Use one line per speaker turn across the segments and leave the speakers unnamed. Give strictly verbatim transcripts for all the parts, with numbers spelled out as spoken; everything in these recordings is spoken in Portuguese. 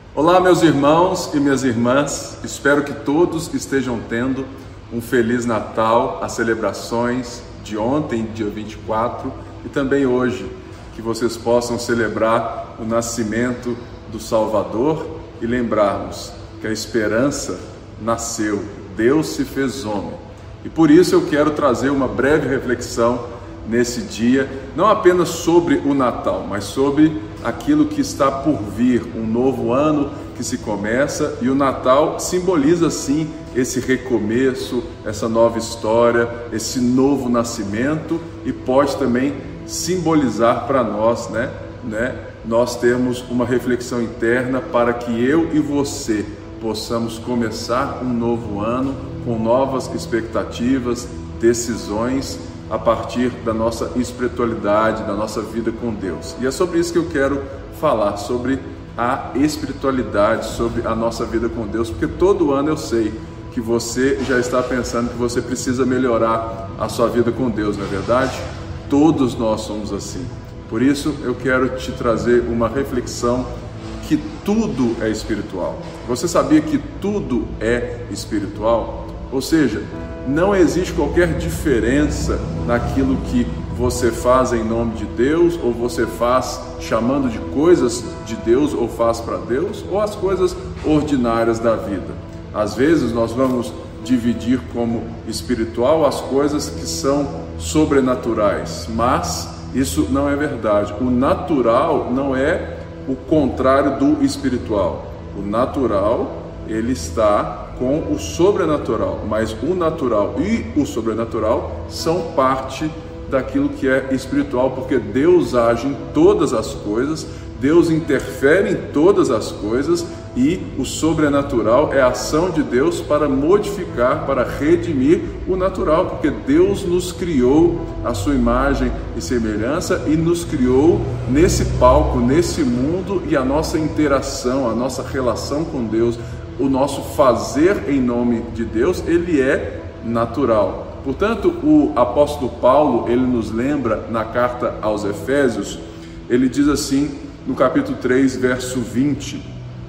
Olá, meus irmãos e minhas irmãs, espero que todos estejam tendo um Feliz Natal, as celebrações de ontem, dia vinte e quatro, e também hoje, que vocês possam celebrar o nascimento do Salvador e lembrarmos que a esperança nasceu, Deus se fez homem. E por isso eu quero trazer uma breve reflexão nesse dia, não apenas sobre o Natal, mas sobre aquilo que está por vir, um novo ano que se começa, e o Natal simboliza sim esse recomeço, essa nova história, esse novo nascimento, e pode também simbolizar para nós, né, né, nós termos uma reflexão interna para que eu e você possamos começar um novo ano com novas expectativas, decisões, a partir da nossa espiritualidade, da nossa vida com Deus. E é sobre isso que eu quero falar, sobre a espiritualidade, sobre a nossa vida com Deus, porque todo ano eu sei que você já está pensando que você precisa melhorar a sua vida com Deus, não é verdade? Todos nós somos assim. Por isso eu quero te trazer uma reflexão que tudo é espiritual. Você sabia que tudo é espiritual? Ou seja, não existe qualquer diferença naquilo que você faz em nome de Deus, ou você faz chamando de coisas de Deus, ou faz para Deus, ou as coisas ordinárias da vida. Às vezes nós vamos dividir como espiritual as coisas que são sobrenaturais, mas isso não é verdade. O natural não é o contrário do espiritual. O natural, ele está com o sobrenatural, mas o natural e o sobrenatural são parte daquilo que é espiritual, porque Deus age em todas as coisas, Deus interfere em todas as coisas, e o sobrenatural é a ação de Deus para modificar, para redimir o natural, porque Deus nos criou à sua imagem e semelhança e nos criou nesse palco, nesse mundo, e a nossa interação, a nossa relação com Deus, o nosso fazer em nome de Deus, ele é natural. Portanto, o apóstolo Paulo, ele nos lembra na carta aos Efésios, ele diz assim, no capítulo três, verso vinte,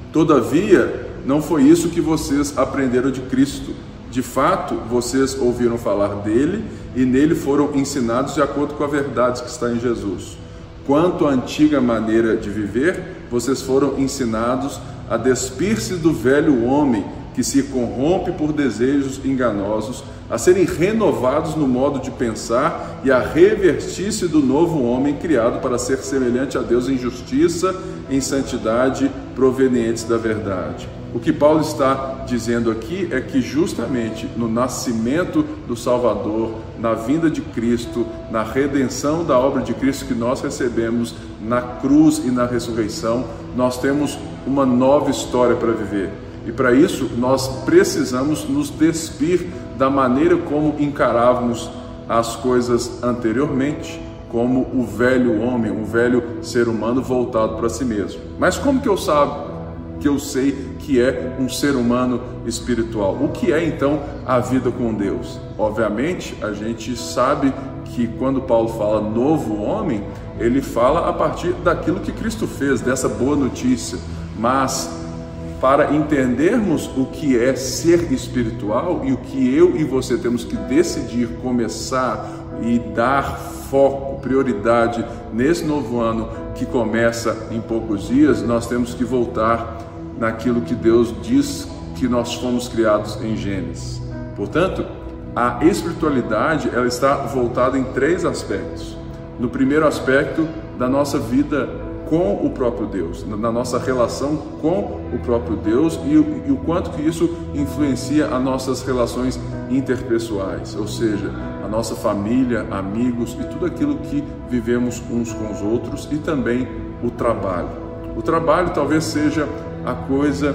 todavia, não foi isso que vocês aprenderam de Cristo. De fato, vocês ouviram falar dele e nele foram ensinados de acordo com a verdade que está em Jesus. Quanto à antiga maneira de viver, vocês foram ensinados a despir-se do velho homem que se corrompe por desejos enganosos, a serem renovados no modo de pensar e a revestir-se do novo homem criado para ser semelhante a Deus em justiça, em santidade, provenientes da verdade. O que Paulo está dizendo aqui é que justamente no nascimento do Salvador, na vinda de Cristo, na redenção da obra de Cristo que nós recebemos na cruz e na ressurreição, nós temos uma nova história para viver. E para isso nós precisamos nos despir da maneira como encarávamos as coisas anteriormente, como o velho homem, o velho ser humano voltado para si mesmo. Mas como que eu sabo, que eu sei que é um ser humano espiritual? O que é então a vida com Deus? Obviamente a gente sabe que quando Paulo fala novo homem, ele fala a partir daquilo que Cristo fez, dessa boa notícia. Mas para entendermos o que é ser espiritual e o que eu e você temos que decidir começar e dar foco, prioridade nesse novo ano que começa em poucos dias, nós temos que voltar naquilo que Deus diz que nós fomos criados em Gênesis. Portanto, a espiritualidade, ela está voltada em três aspectos. No primeiro aspecto, da nossa vida com o próprio Deus, na nossa relação com o próprio Deus e o, e o quanto que isso influencia as nossas relações interpessoais, ou seja, a nossa família, amigos e tudo aquilo que vivemos uns com os outros, e também o trabalho. O trabalho talvez seja a coisa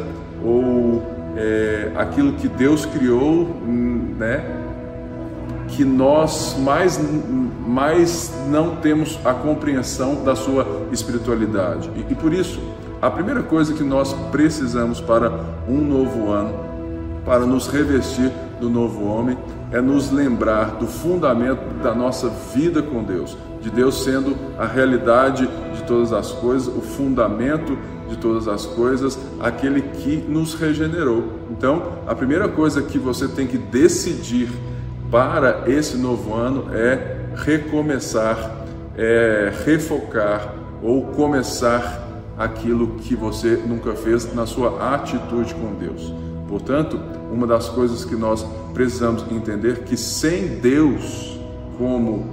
ou é, aquilo que Deus criou, né, que nós mais, mais não temos a compreensão da sua espiritualidade. E, e por isso, a primeira coisa que nós precisamos para um novo ano, para nos revestir do novo homem, é nos lembrar do fundamento da nossa vida com Deus, de Deus sendo a realidade de todas as coisas, o fundamento de todas as coisas, aquele que nos regenerou. Então, a primeira coisa que você tem que decidir para esse novo ano é recomeçar, é refocar ou começar aquilo que você nunca fez na sua atitude com Deus. Portanto, uma das coisas que nós precisamos entender que sem Deus como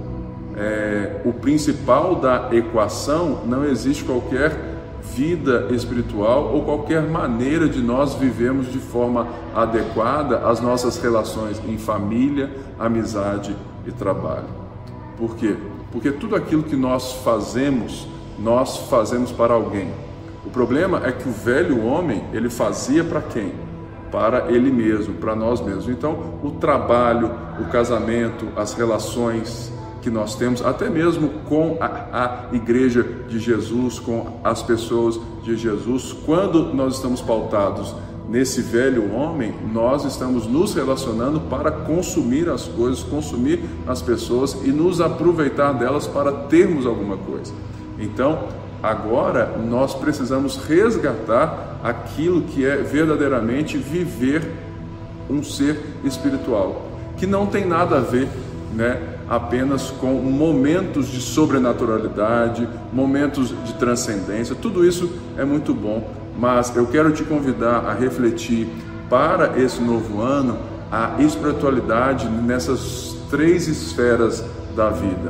é, o principal da equação, não existe qualquer vida espiritual ou qualquer maneira de nós vivermos de forma adequada as nossas relações em família, amizade e trabalho. Por quê? Porque tudo aquilo que nós fazemos, nós fazemos para alguém. O problema é que o velho homem, ele fazia para quem? Para ele mesmo, para nós mesmos. Então, o trabalho, o casamento, as relações que nós temos, até mesmo com a, a igreja de Jesus, com as pessoas de Jesus, quando nós estamos pautados nesse velho homem, nós estamos nos relacionando para consumir as coisas, consumir as pessoas e nos aproveitar delas para termos alguma coisa. Então, agora nós precisamos resgatar aquilo que é verdadeiramente viver um ser espiritual, que não tem nada a ver, né, apenas com momentos de sobrenaturalidade, momentos de transcendência. Tudo isso é muito bom, mas eu quero te convidar a refletir para esse novo ano a espiritualidade nessas três esferas da vida,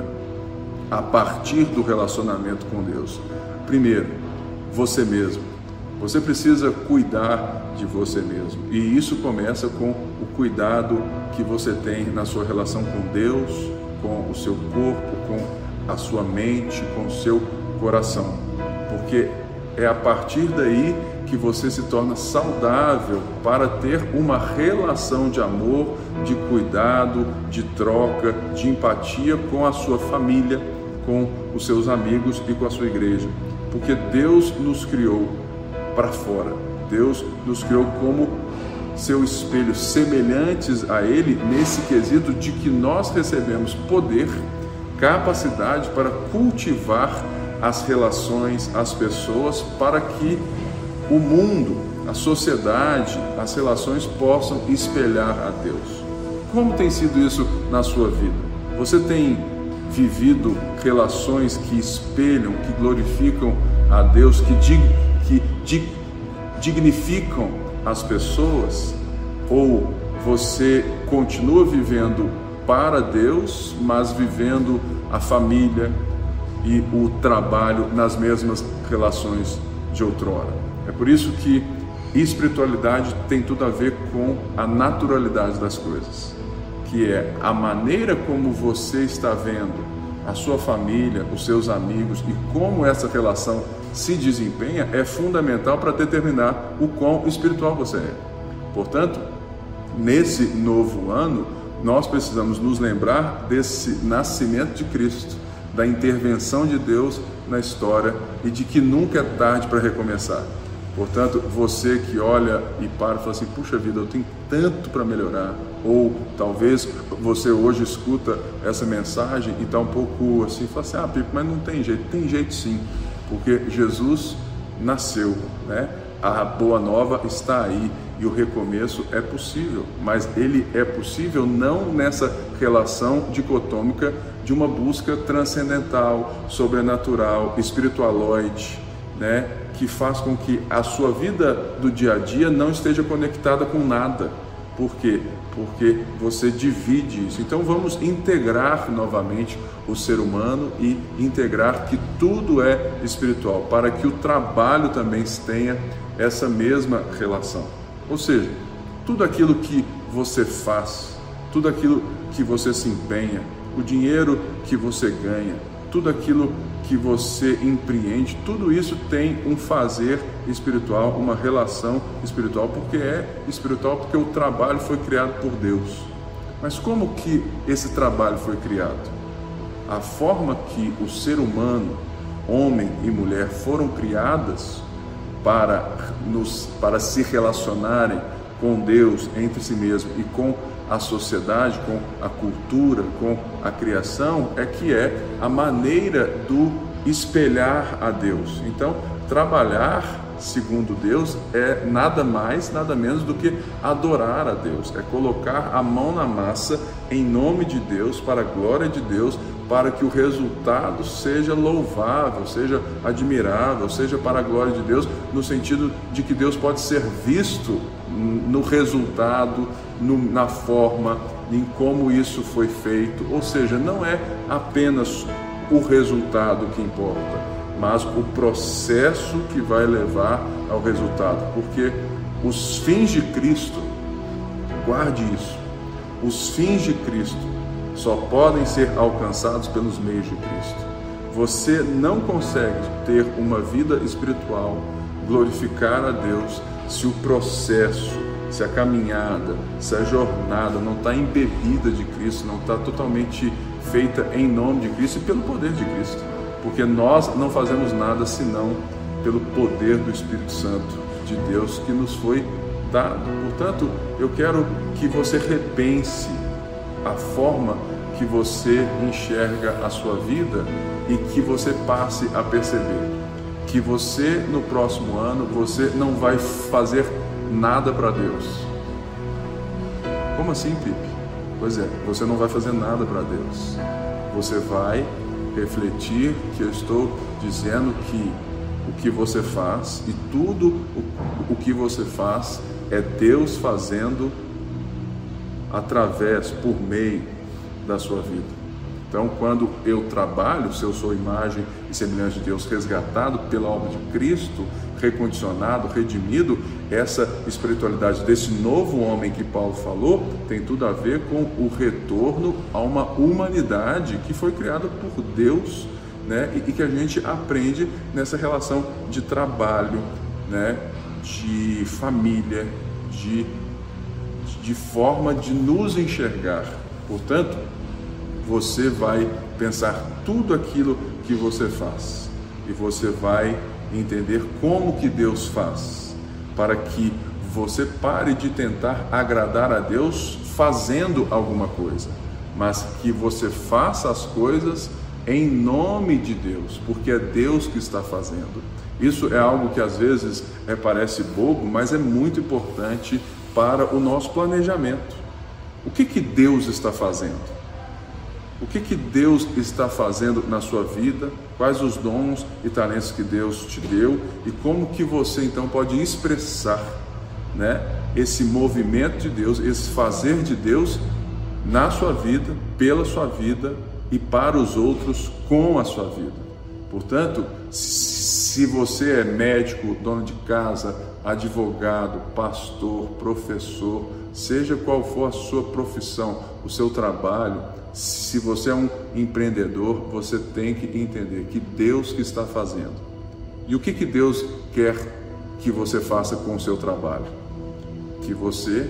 a partir do relacionamento com Deus. Primeiro, você mesmo. Você precisa cuidar de você mesmo. E isso começa com o cuidado que você tem na sua relação com Deus, com o seu corpo, com a sua mente, com o seu coração. Porque é a partir daí que você se torna saudável para ter uma relação de amor, de cuidado, de troca, de empatia com a sua família, com os seus amigos e com a sua igreja. Porque Deus nos criou para fora. Deus nos criou como seu espelho, semelhantes a Ele, nesse quesito de que nós recebemos poder, capacidade para cultivar as relações, as pessoas, para que o mundo, a sociedade, as relações possam espelhar a Deus. Como tem sido isso na sua vida? Você tem vivido relações que espelham, que glorificam a Deus, que, dig, que dig, dignificam as pessoas? Ou você continua vivendo para Deus, mas vivendo a família e o trabalho nas mesmas relações de outrora? É por isso que espiritualidade tem tudo a ver com a naturalidade das coisas, que é a maneira como você está vendo a sua família, os seus amigos e como essa relação se desempenha é fundamental para determinar o quão espiritual você é. Portanto, nesse novo ano, nós precisamos nos lembrar desse nascimento de Cristo, da intervenção de Deus na história e de que nunca é tarde para recomeçar. Portanto, você que olha e para e fala assim, puxa vida, eu tenho tanto para melhorar. Ou talvez você hoje escuta essa mensagem e está um pouco assim, fala assim, ah, Pipo, mas não tem jeito. Tem jeito sim, porque Jesus nasceu, né? A boa nova está aí e o recomeço é possível, mas ele é possível não nessa relação dicotômica de uma busca transcendental, sobrenatural, espiritualoide, né? Que faz com que a sua vida do dia a dia não esteja conectada com nada. Por quê? Porque você divide isso. Então vamos integrar novamente o ser humano e integrar que tudo é espiritual, para que o trabalho também tenha essa mesma relação. Ou seja, tudo aquilo que você faz, tudo aquilo que você se empenha, o dinheiro que você ganha, tudo aquilo que você empreende, tudo isso tem um fazer espiritual, uma relação espiritual, porque é espiritual, porque o trabalho foi criado por Deus. Mas como que esse trabalho foi criado? A forma que o ser humano, homem e mulher, foram criadas para, nos, para se relacionarem com Deus, entre si mesmo e com a sociedade, com a cultura, com a criação, é que é a maneira do espelhar a Deus. Então, trabalhar segundo Deus é nada mais, nada menos do que adorar a Deus, é colocar a mão na massa em nome de Deus, para a glória de Deus, para que o resultado seja louvável, seja admirável, seja para a glória de Deus, no sentido de que Deus pode ser visto no resultado, no, na forma, em como isso foi feito. Ou seja, não é apenas o resultado que importa, mas o processo que vai levar ao resultado, porque os fins de Cristo, guarde isso, os fins de Cristo só podem ser alcançados pelos meios de Cristo. Você não consegue ter uma vida espiritual, glorificar a Deus, se o processo, se a caminhada, se a jornada não está embebida de Cristo, não está totalmente feita em nome de Cristo e pelo poder de Cristo. Porque nós não fazemos nada senão pelo poder do Espírito Santo de Deus que nos foi dado. Portanto, eu quero que você repense a forma que você enxerga a sua vida e que você passe a perceber que você, no próximo ano, você não vai fazer nada para Deus. Como assim, Pipe? Pois é, você não vai fazer nada para Deus. Você vai refletir que eu estou dizendo que o que você faz e tudo o, o que você faz é Deus fazendo através, por meio da sua vida. Então, quando eu trabalho, se eu sou imagem e semelhança de Deus, resgatado pela obra de Cristo, recondicionado, redimido, essa espiritualidade desse novo homem que Paulo falou tem tudo a ver com o retorno a uma humanidade que foi criada por Deus, né? E, e que a gente aprende nessa relação de trabalho, né? De família, de, de forma de nos enxergar. Portanto, você vai pensar tudo aquilo que você faz e você vai entender como que Deus faz, para que você pare de tentar agradar a Deus fazendo alguma coisa, mas que você faça as coisas em nome de Deus, porque é Deus que está fazendo. Isso é algo que às vezes é, parece bobo, mas é muito importante para o nosso planejamento. O que que Deus está fazendo? O que que Deus está fazendo na sua vida? Quais os dons e talentos que Deus te deu? E como que você então pode expressar, né, esse movimento de Deus, esse fazer de Deus na sua vida, pela sua vida e para os outros com a sua vida? Portanto, se você é médico, dono de casa, advogado, pastor, professor, seja qual for a sua profissão, o seu trabalho, se você é um empreendedor, você tem que entender que Deus que está fazendo. E o que que Deus quer que você faça com o seu trabalho? Que você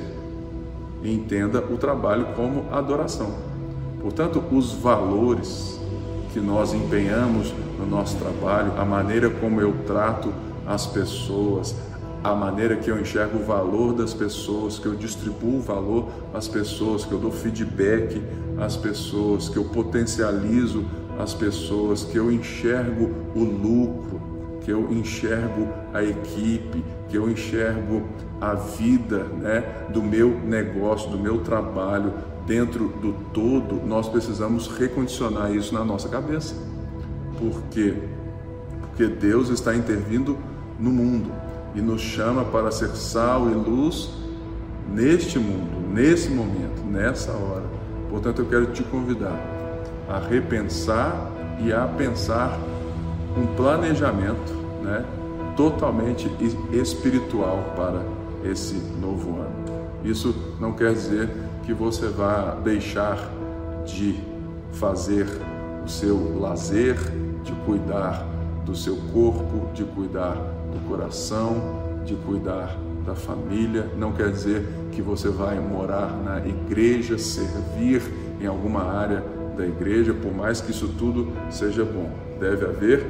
entenda o trabalho como adoração. Portanto, os valores que nós empenhamos no nosso trabalho, a maneira como eu trato as pessoas, a maneira que eu enxergo o valor das pessoas, que eu distribuo o valor às pessoas, que eu dou feedback às pessoas, que eu potencializo as pessoas, que eu enxergo o lucro, que eu enxergo a equipe, que eu enxergo a vida, né, do meu negócio, do meu trabalho dentro do todo. Nós precisamos recondicionar isso na nossa cabeça. Por quê? Porque Deus está intervindo no mundo e nos chama para ser sal e luz neste mundo, nesse momento, nessa hora. Portanto, eu quero te convidar a repensar e a pensar um planejamento, né, totalmente espiritual para esse novo ano. Isso não quer dizer que você vá deixar de fazer o seu lazer, de cuidar do seu corpo, de cuidar do coração, de cuidar da família. Não quer dizer que você vai morar na igreja, servir em alguma área da igreja, por mais que isso tudo seja bom. Deve haver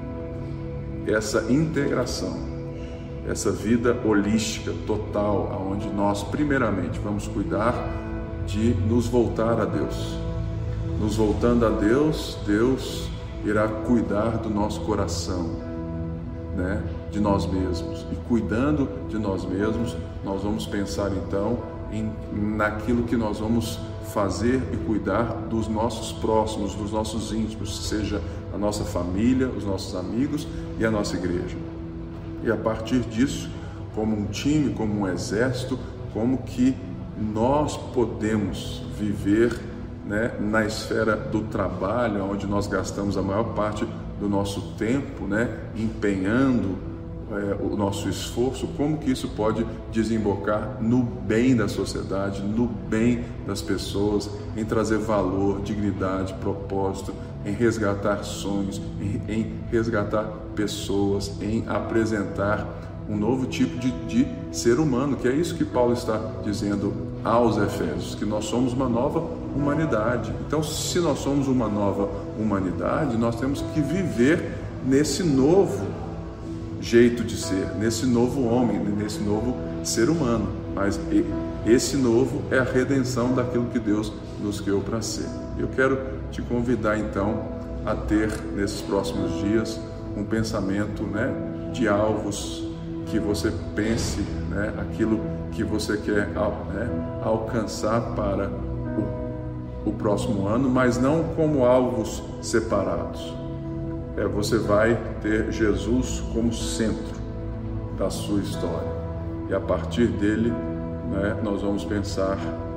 essa integração, essa vida holística, total, onde nós primeiramente vamos cuidar de nos voltar a Deus. Nos voltando a Deus, Deus irá cuidar do nosso coração, né? de nós mesmos. E cuidando de nós mesmos, nós vamos pensar então em, naquilo que nós vamos fazer e cuidar dos nossos próximos, dos nossos íntimos, seja a nossa família, os nossos amigos e a nossa igreja. E a partir disso, como um time, como um exército, como que nós podemos viver, né, na esfera do trabalho, onde nós gastamos a maior parte do nosso tempo, né, empenhando é, o nosso esforço, como que isso pode desembocar no bem da sociedade, no bem das pessoas, em trazer valor, dignidade, propósito, em resgatar sonhos, em, em resgatar pessoas, em apresentar um novo tipo de, de ser humano, que é isso que Paulo está dizendo aos Efésios, que nós somos uma nova humanidade. Então, se nós somos uma nova humanidade, nós temos que viver nesse novo jeito de ser, nesse novo homem, nesse novo ser humano. Mas esse novo é a redenção daquilo que Deus nos criou para ser. Eu quero te convidar então a ter nesses próximos dias um pensamento, né, de alvos, que você pense, né, aquilo que você quer, né, alcançar para o, o próximo ano, mas não como alvos separados. É, você vai ter Jesus como centro da sua história, e a partir dele, né, nós vamos pensar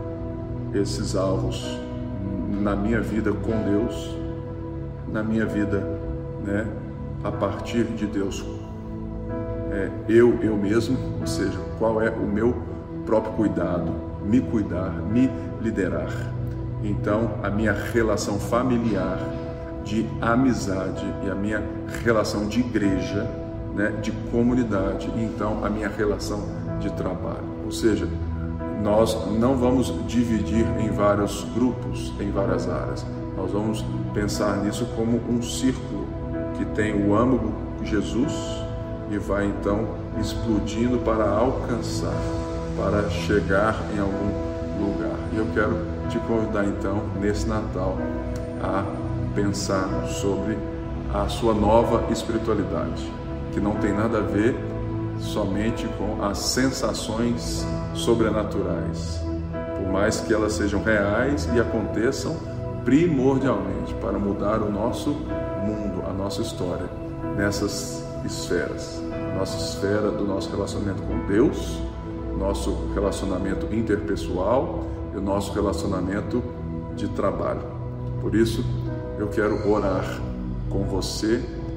esses alvos na minha vida com Deus, na minha vida, né, a partir de Deus. É, eu, eu mesmo, ou seja, qual é o meu próprio cuidado, me cuidar, me liderar. Então, a minha relação familiar, de amizade, e a minha relação de igreja, né, de comunidade, e então a minha relação de trabalho. Ou seja, nós não vamos dividir em vários grupos, em várias áreas. Nós vamos pensar nisso como um círculo que tem o âmago Jesus, e vai então explodindo para alcançar, para chegar em algum lugar. E eu quero te convidar então, nesse Natal, a pensar sobre a sua nova espiritualidade, que não tem nada a ver somente com as sensações sobrenaturais, por mais que elas sejam reais e aconteçam primordialmente para mudar o nosso mundo, a nossa história, nessas esferas. Nossa esfera do nosso relacionamento com Deus, nosso relacionamento interpessoal e o nosso relacionamento de trabalho. Por isso, eu quero orar com você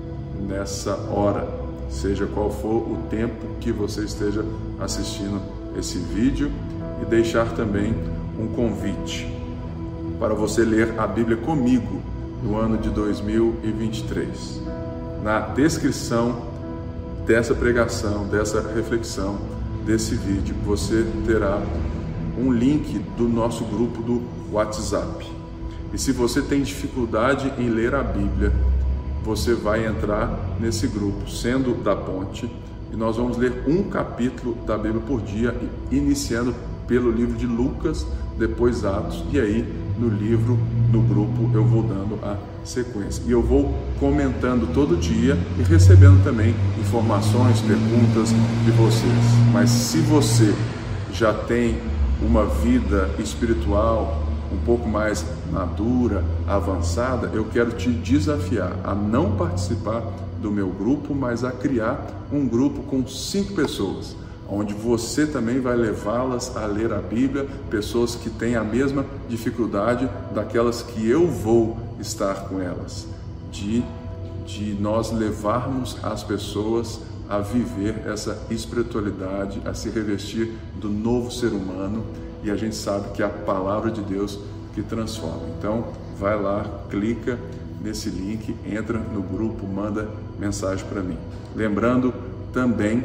nessa hora, seja qual for o tempo que você esteja assistindo esse vídeo, e deixar também um convite para você ler a Bíblia comigo no ano de dois mil e vinte e três. Na descrição dessa pregação, dessa reflexão, desse vídeo, você terá um link do nosso grupo do WhatsApp. E se você tem dificuldade em ler a Bíblia, você vai entrar nesse grupo, sendo da Ponte, e nós vamos ler um capítulo da Bíblia por dia, iniciando pelo livro de Lucas, depois Atos, e aí no livro, no grupo, eu vou dando a sequência. E eu vou comentando todo dia e recebendo também informações, perguntas de vocês. Mas se você já tem uma vida espiritual um pouco mais madura, avançada, eu quero te desafiar a não participar do meu grupo, mas a criar um grupo com cinco pessoas, onde você também vai levá-las a ler a Bíblia, pessoas que têm a mesma dificuldade daquelas que eu vou estar com elas, de, de nós levarmos as pessoas a viver essa espiritualidade, a se revestir do novo ser humano, e a gente sabe que é a palavra de Deus que transforma. Então, vai lá, clica nesse link, entra no grupo, manda mensagem para mim. Lembrando também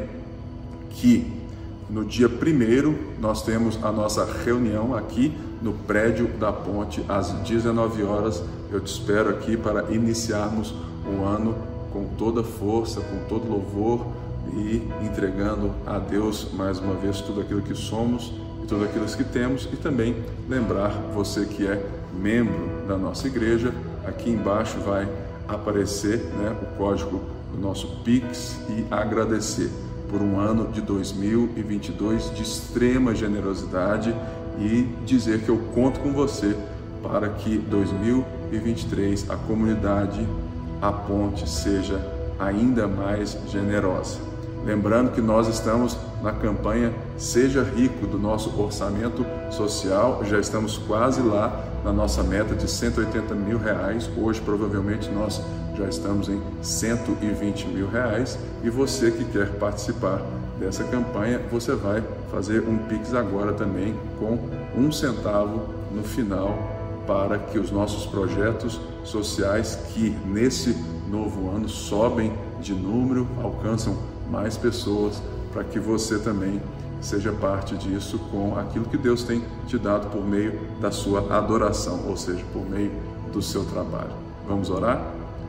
que no dia primeiro nós temos a nossa reunião aqui no prédio da Ponte às dezenove horas. Eu te espero aqui para iniciarmos o ano com toda força, com todo louvor e entregando a Deus mais uma vez tudo aquilo que somos e tudo aquilo que temos, e também lembrar você que é membro da nossa igreja, aqui embaixo vai aparecer, né, o código o nosso Pix e agradecer por um ano de dois mil e vinte e dois de extrema generosidade e dizer que eu conto com você para que dois mil e vinte e três a comunidade A Ponte seja ainda mais generosa. Lembrando que nós estamos na campanha Seja Rico do nosso orçamento social, já estamos quase lá na nossa meta de cento e oitenta mil reais. Hoje provavelmente nós já estamos em cento e vinte mil reais e você que quer participar dessa campanha, você vai fazer um Pix agora também com um centavo no final para que os nossos projetos sociais que nesse novo ano sobem de número, alcançam mais pessoas, para que você também seja parte disso com aquilo que Deus tem te dado por meio da sua adoração, ou seja, por meio do seu trabalho. Vamos orar?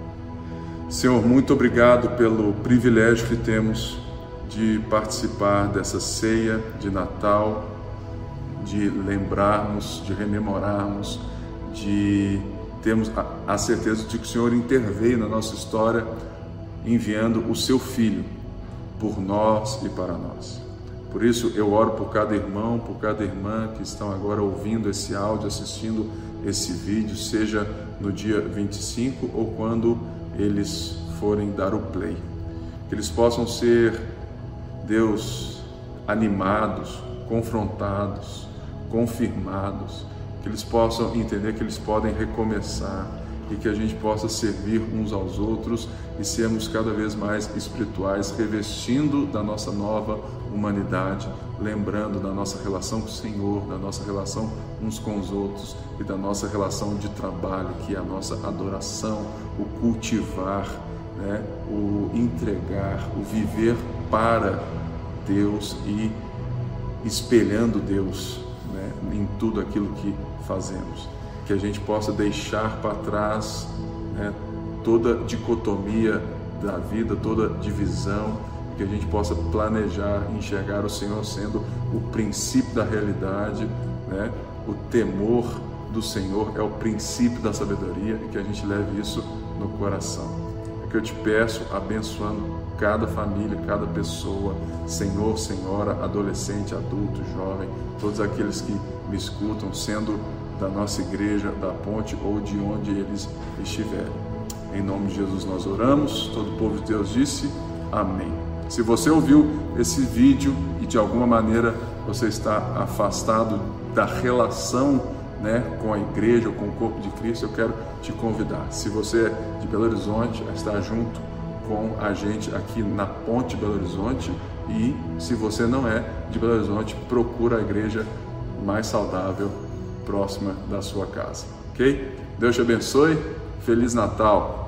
Senhor, muito obrigado pelo privilégio que temos de participar dessa ceia de Natal, de lembrarmos, de rememorarmos, de termos a certeza de que o Senhor interveio na nossa história, enviando o seu Filho por nós e para nós. Por isso eu oro por cada irmão, por cada irmã que estão agora ouvindo esse áudio, assistindo esse vídeo, seja no dia vinte e cinco ou quando eles forem dar o play. Que eles possam ser, Deus, animados, confrontados, confirmados, que eles possam entender que eles podem recomeçar e que a gente possa servir uns aos outros e sermos cada vez mais espirituais, revestindo da nossa nova humanidade, lembrando da nossa relação com o Senhor, da nossa relação uns com os outros e da nossa relação de trabalho, que é a nossa adoração, o cultivar, né, o entregar, o viver para Deus e espelhando Deus, né, em tudo aquilo que fazemos. Que a gente possa deixar para trás, né, toda dicotomia da vida, toda divisão, que a gente possa planejar, enxergar o Senhor sendo o princípio da realidade, né? O temor do Senhor é o princípio da sabedoria e que a gente leve isso no coração. É que eu te peço, abençoando cada família, cada pessoa, Senhor, Senhora, adolescente, adulto, jovem, todos aqueles que me escutam, sendo da nossa igreja, da Ponte ou de onde eles estiverem. Em nome de Jesus nós oramos, todo o povo de Deus disse amém. Se você ouviu esse vídeo e de alguma maneira você está afastado da relação, né, com a igreja ou com o corpo de Cristo, eu quero te convidar. Se você é de Belo Horizonte, a estar junto com a gente aqui na Ponte Belo Horizonte, e se você não é de Belo Horizonte, procura a igreja mais saudável próxima da sua casa, ok? Deus te abençoe, Feliz Natal!